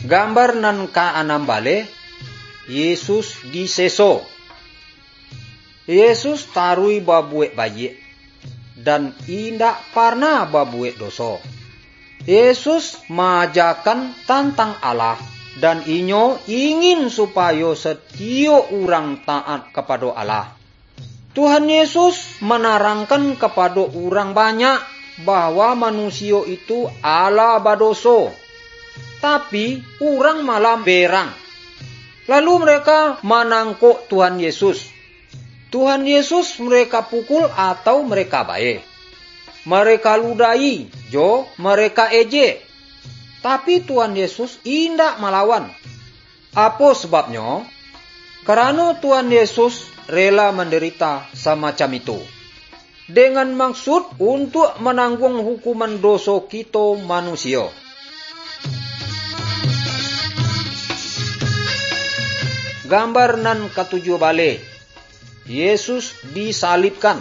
Gambar nan ka-6 bale, Yesus diseso. Yesus tarui babuek bayi dan indak pernah babuek dosa. Yesus majakan tentang Allah dan inyo ingin supaya setiap orang taat kepada Allah. Tuhan Yesus menerangkan kepada orang banyak bahwa manusia itu Allah badoso. Tapi orang malah berang. Lalu mereka menangkuk Tuhan Yesus. Tuhan Yesus mereka pukul atau mereka baik. Mereka ludahi, mereka ejek. Tapi Tuhan Yesus indak melawan. Apa sebabnya? Karena Tuhan Yesus rela menderita semacam itu. Dengan maksud untuk menanggung hukuman dosa kita manusia. Gambar nan ke-7 bale, Yesus disalibkan.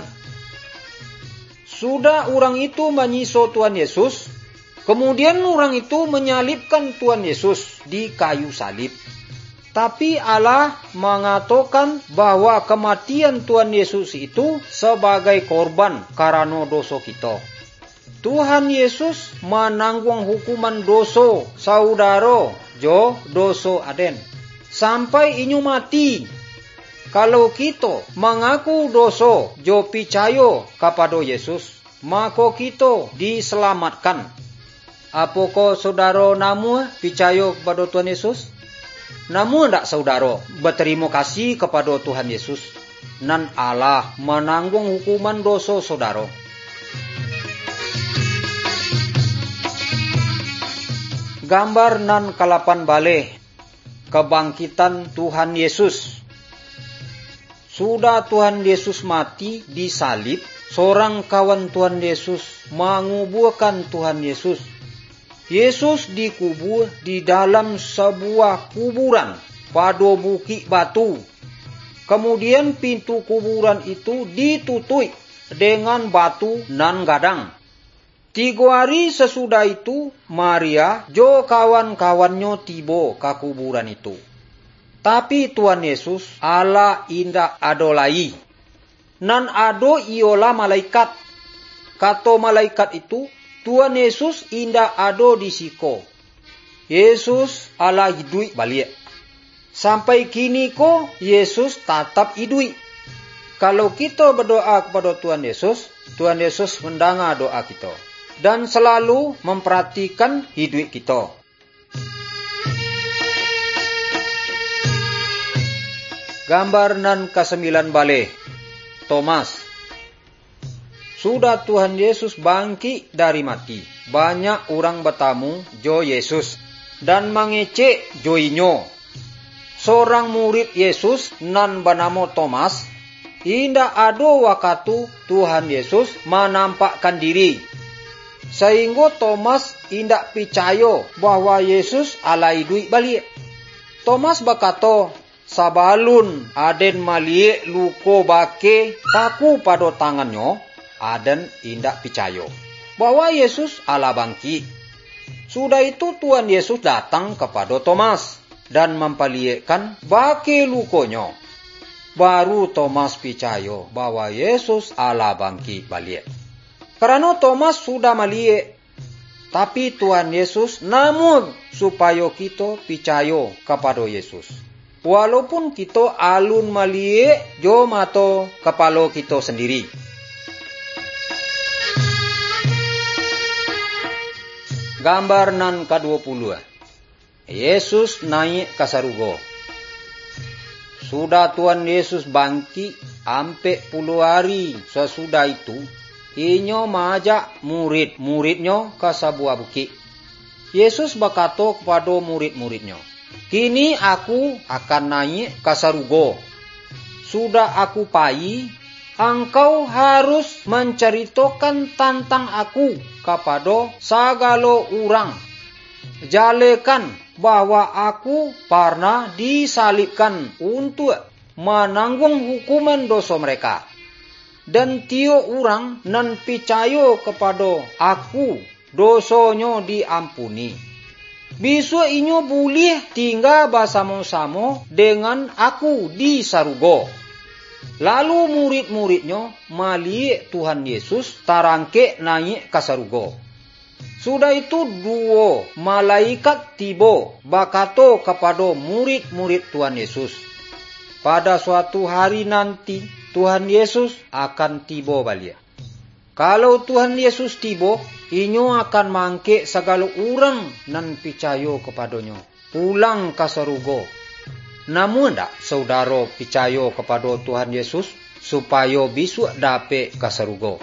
Sudah orang itu menyiso Tuhan Yesus, kemudian orang itu menyalibkan Tuhan Yesus di kayu salib. Tapi Allah mengatakan bahwa kematian Tuhan Yesus itu sebagai korban karena dosa kita. Tuhan Yesus menanggung hukuman dosa saudara dosa aden. Sampai inyo mati. Kalau kita mengaku dosa percaya kepada Yesus, maka kita diselamatkan. Apakah saudara namu percaya kepada Tuhan Yesus? Namun tidak saudara berterima kasih kepada Tuhan Yesus. Nan Allah menanggung hukuman dosa saudara. Gambar nan ke-8 bale, kebangkitan Tuhan Yesus. Sudah Tuhan Yesus mati disalib, seorang kawan Tuhan Yesus menguburkan Tuhan Yesus. Yesus dikubur di dalam sebuah kuburan pada bukit batu. Kemudian pintu kuburan itu ditutup dengan batu nan gadang. 3 hari sesudah itu, Maria kawan-kawannya tiba ke kuburan itu. Tapi Tuhan Yesus Allah indak ada lagi. Nan ado ialah malaikat. Kata malaikat itu, Tuhan Yesus indak ada di siko. Yesus Allah hidup balik. Sampai kini ko Yesus tetap hidup. Kalau kita berdoa kepada Tuhan Yesus mendengar doa kita. Dan selalu memperhatikan hidup kita. Gambar nan ke-9 bale, Thomas. Sudah Tuhan Yesus bangkit dari mati. Banyak orang bertamu Yesus dan mengecek inyo. Seorang murid Yesus nan bernama Thomas, indak ada waktu Tuhan Yesus menampakkan diri. Sehingga Thomas indak percaya bahwa Yesus Allah hidup balik. Thomas berkata, sabalun aden maliek luko bake paku pada tangannya, aden indak percaya bahwa Yesus Allah bangkit. Sudah itu Tuhan Yesus datang kepada Thomas dan mempaliekkan bake lukonya. Baru Thomas percaya bahwa Yesus Allah bangkit balik. Karena Thomas sudah melihat. Tapi Tuhan Yesus namun supaya kita percaya kepada Yesus. Walaupun kita alun melihat mata kepala kita sendiri. Gambar nan ke-20. Yesus naik ke surga. Sudah Tuhan Yesus bangkit sampai 10 hari sesudah itu. Inyo mengajak murid-muridnya ke sebuah bukit. Yesus berkata kepada murid-muridnya, kini aku akan naik ke surga. Sudah aku pergi, engkau harus menceritakan tentang aku kepada segala orang. Jalekan bahwa aku pernah disalibkan untuk menanggung hukuman dosa mereka. Dan tiap orang nan percaya kepada aku, dosanya diampuni. Bisu inyo boleh tinggal bersama-sama dengan aku di sarugo. Lalu murid-muridnya maliek Tuhan Yesus tarangke naik ke sarugo. Sudah itu dua malaikat tiba bakato kepada murid-murid Tuhan Yesus. Pada suatu hari nanti Tuhan Yesus akan tiba balik. Kalau Tuhan Yesus tiba, inyo akan mangke segala orang nan percaya kepadanya pulang ke sarugo. Namun tak saudara percaya kepada Tuhan Yesus supaya bisu dapat ke sarugo.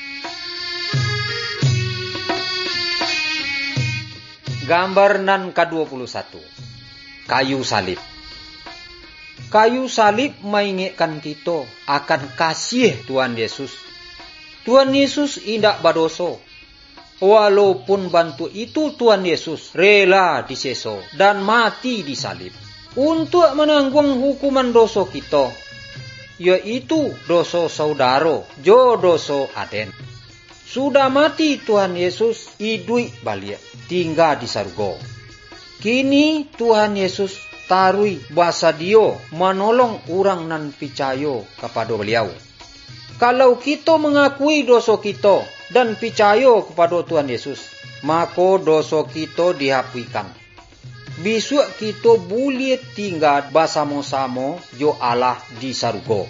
Gambar nan ke-21. Kayu salib. Kayu salib mengingatkan kita akan kasih Tuhan Yesus. Tuhan Yesus indak berdosa. Walaupun bantu itu Tuhan Yesus rela diseso dan mati disalib untuk menanggung hukuman dosa kita, yaitu dosa saudara, jo dosa aden. Sudah mati Tuhan Yesus hidup balik, tinggal di surga. Kini Tuhan Yesus tarui bahasa dia menolong orang nan percaya kepada beliau. Kalau kita mengakui dosa kita dan percaya kepada Tuhan Yesus, maka dosa kita dihapuikan. Besok kita boleh tinggal bersama-sama jo Allah di surga.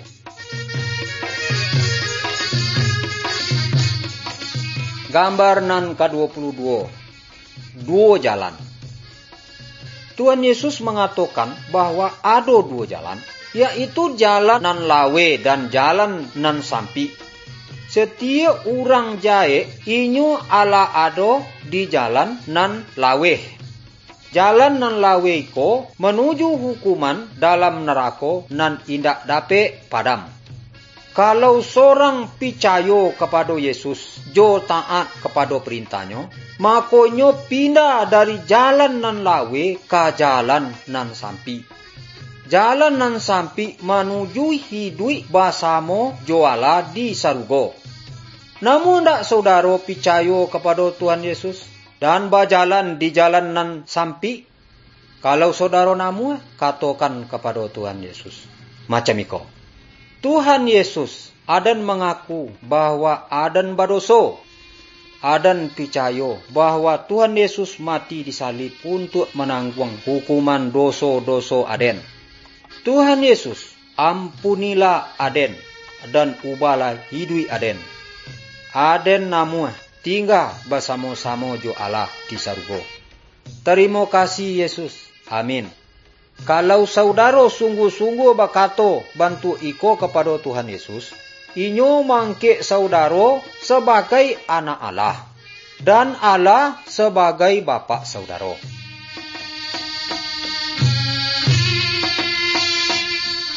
Gambar nan ke-22. Dua jalan. Tuhan Yesus mengatakan bahwa ada dua jalan, yaitu jalan nan lawe dan jalan nan sampi. Setiap orang jae inyo ala ado di jalan nan lawe. Jalan nan lawe ko menuju hukuman dalam neraka nan indak dapat padam. Kalau seorang percaya kepada Yesus, jo taat kepada perintahnya, maka nyo pindah dari jalan nan lawe ke jalan nan sampi. Jalan nan sampi menuju hidup bersama jo Allah di surga. Namun tak saudara percaya kepada Tuhan Yesus dan berjalan di jalan nan sampi? Kalau saudara namu, katakan kepada Tuhan Yesus macam iko. Tuhan Yesus adan mengaku bahwa adan berdosa. Adan percaya bahwa Tuhan Yesus mati disalib untuk menanggung hukuman dosa-dosa aden. Tuhan Yesus ampunilah aden dan ubahlah hidup aden. Aden namu tinggal bersama-sama jo Allah di surga. Terima kasih Yesus. Amin. Kalau saudara sungguh-sungguh berkata bantu iko kepada Tuhan Yesus, inyo mangke saudara sebagai anak Allah dan Allah sebagai bapa saudara.